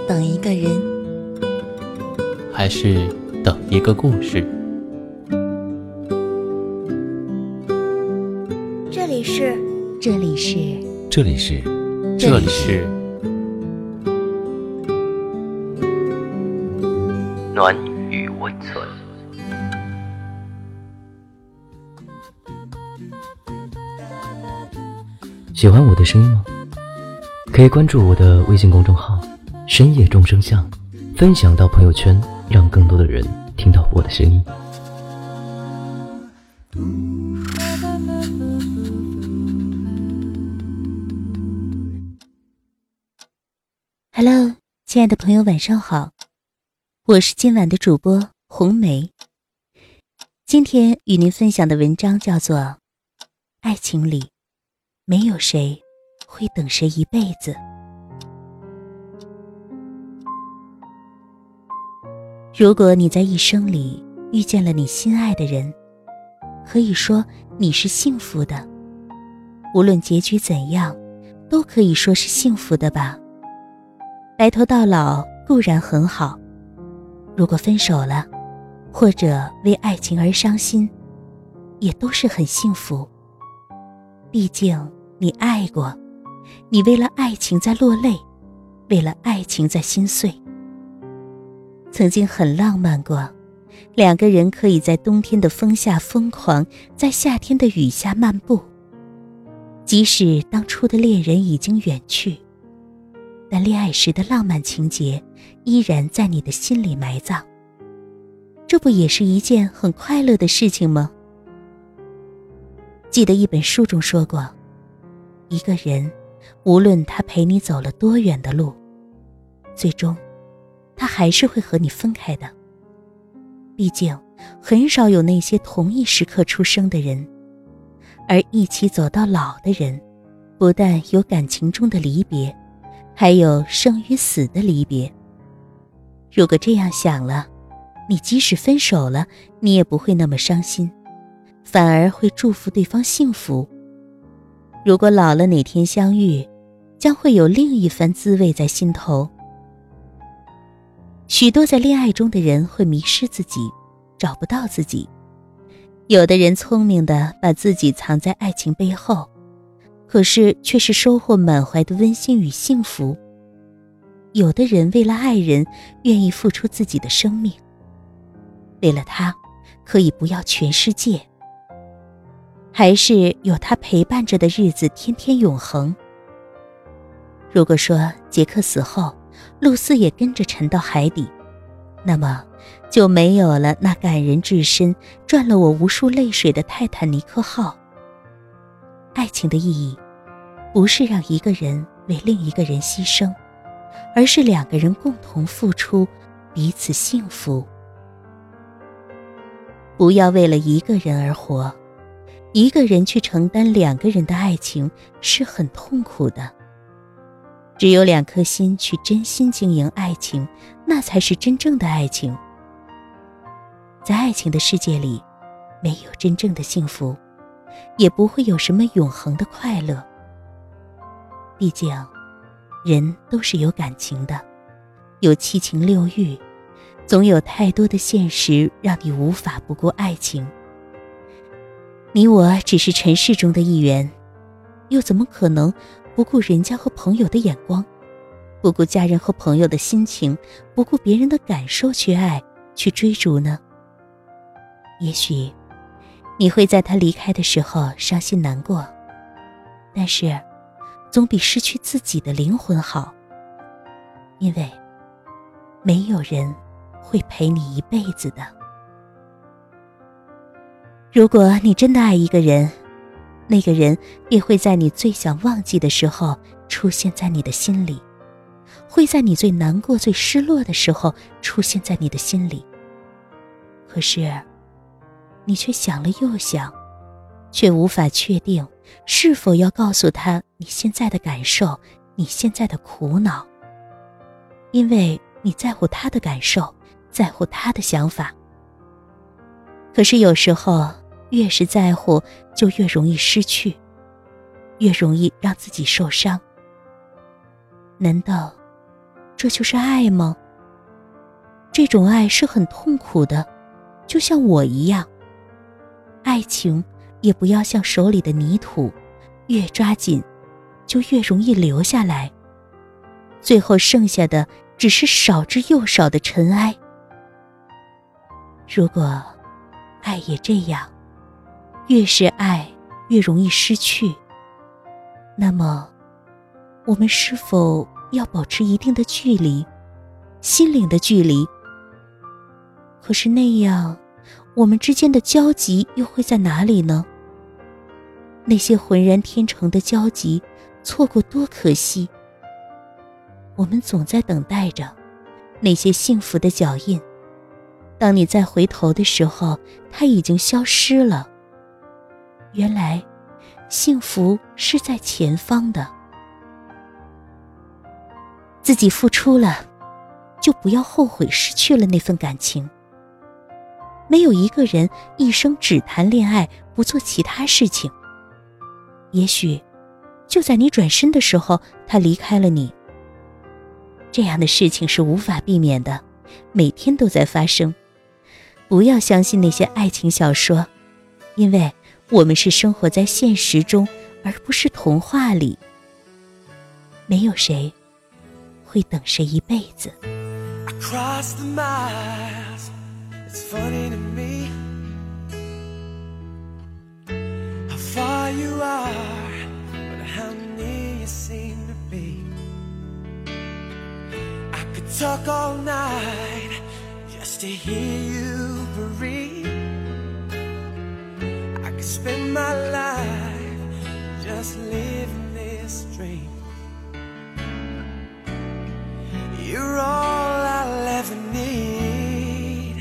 等一个人， 还是等一个故事？ 这里是暖与温存。喜欢我的声音吗？可以关注我的微信公众号深夜众生相，分享到朋友圈，让更多的人听到我的声音。 Hello， 亲爱的朋友，晚上好，我是今晚的主播红梅。今天与您分享的文章叫做《爱情里没有谁会等谁一辈子》。如果你在一生里遇见了你心爱的人，可以说你是幸福的，无论结局怎样，都可以说是幸福的吧。白头到老固然很好，如果分手了，或者为爱情而伤心，也都是很幸福。毕竟你爱过，你为了爱情在落泪，为了爱情在心碎。曾经很浪漫过，两个人可以在冬天的风下疯狂，在夏天的雨下漫步。即使当初的恋人已经远去，但恋爱时的浪漫情节依然在你的心里埋葬。这不也是一件很快乐的事情吗？记得一本书中说过，一个人无论他陪你走了多远的路，最终他还是会和你分开的。毕竟很少有那些同一时刻出生的人，而一起走到老的人，不但有感情中的离别，还有生与死的离别。如果这样想了，你即使分手了，你也不会那么伤心，反而会祝福对方幸福。如果老了哪天相遇，将会有另一番滋味在心头。许多在恋爱中的人会迷失自己，找不到自己。有的人聪明地把自己藏在爱情背后，可是却是收获满怀的温馨与幸福。有的人为了爱人，愿意付出自己的生命，为了他可以不要全世界，还是有他陪伴着的日子天天永恒。如果说杰克死后，露丝也跟着沉到海底，那么就没有了那感人至深，赚了我无数泪水的泰坦尼克号。爱情的意义不是让一个人为另一个人牺牲，而是两个人共同付出，彼此幸福。不要为了一个人而活，一个人去承担两个人的爱情是很痛苦的。只有两颗心去真心经营爱情，那才是真正的爱情。在爱情的世界里，没有真正的幸福，也不会有什么永恒的快乐。毕竟人都是有感情的，有七情六欲，总有太多的现实让你无法不顾爱情。你我只是尘世中的一员，又怎么可能不顾人家和朋友的眼光，不顾家人和朋友的心情，不顾别人的感受去爱，去追逐呢？也许你会在他离开的时候伤心难过，但是总比失去自己的灵魂好，因为没有人会陪你一辈子的。如果你真的爱一个人，那个人也会在你最想忘记的时候出现在你的心里，会在你最难过最失落的时候出现在你的心里。可是你却想了又想，却无法确定是否要告诉他你现在的感受，你现在的苦恼，因为你在乎他的感受，在乎他的想法。可是有时候越是在乎，就越容易失去，越容易让自己受伤。难道这就是爱吗？这种爱是很痛苦的，就像我一样。爱情也不要像手里的泥土，越抓紧就越容易流下来，最后剩下的只是少之又少的尘埃。如果爱也这样，越是爱越容易失去，那么我们是否要保持一定的距离，心灵的距离？可是那样我们之间的交集又会在哪里呢？那些浑然天成的交集，错过多可惜。我们总在等待着那些幸福的脚印，当你再回头的时候，它已经消失了。原来幸福是在前方的。自己付出了，就不要后悔失去了那份感情。没有一个人一生只谈恋爱，不做其他事情。也许就在你转身的时候，他离开了你。这样的事情是无法避免的，每天都在发生。不要相信那些爱情小说，因为我们是生活在现实中，而不是童话里。没有谁会等谁一辈子。 Across the miles, it's funny to me how far you are, but how near you seem to be. I could talk all night just to hear you breathe. I could spend my life just living this dream. You're all I'll ever need.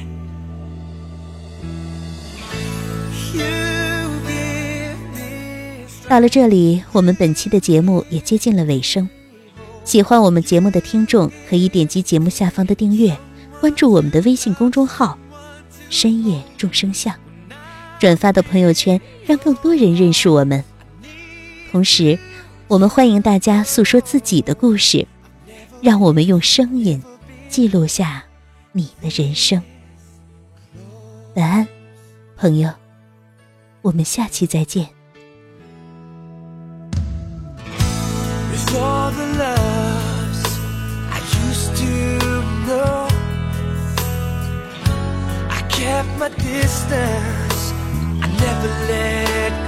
You give me. 到了这里，我们本期的节目也接近了尾声。喜欢我们节目的听众可以点击节目下方的订阅，关注我们的微信公众号深夜众生相，转发到朋友圈，让更多人认识我们。同时我们欢迎大家诉说自己的故事，让我们用声音记录下你的人生。晚安，朋友，我们下期再见。 With all the loves I used to know, I kept my distance, I never let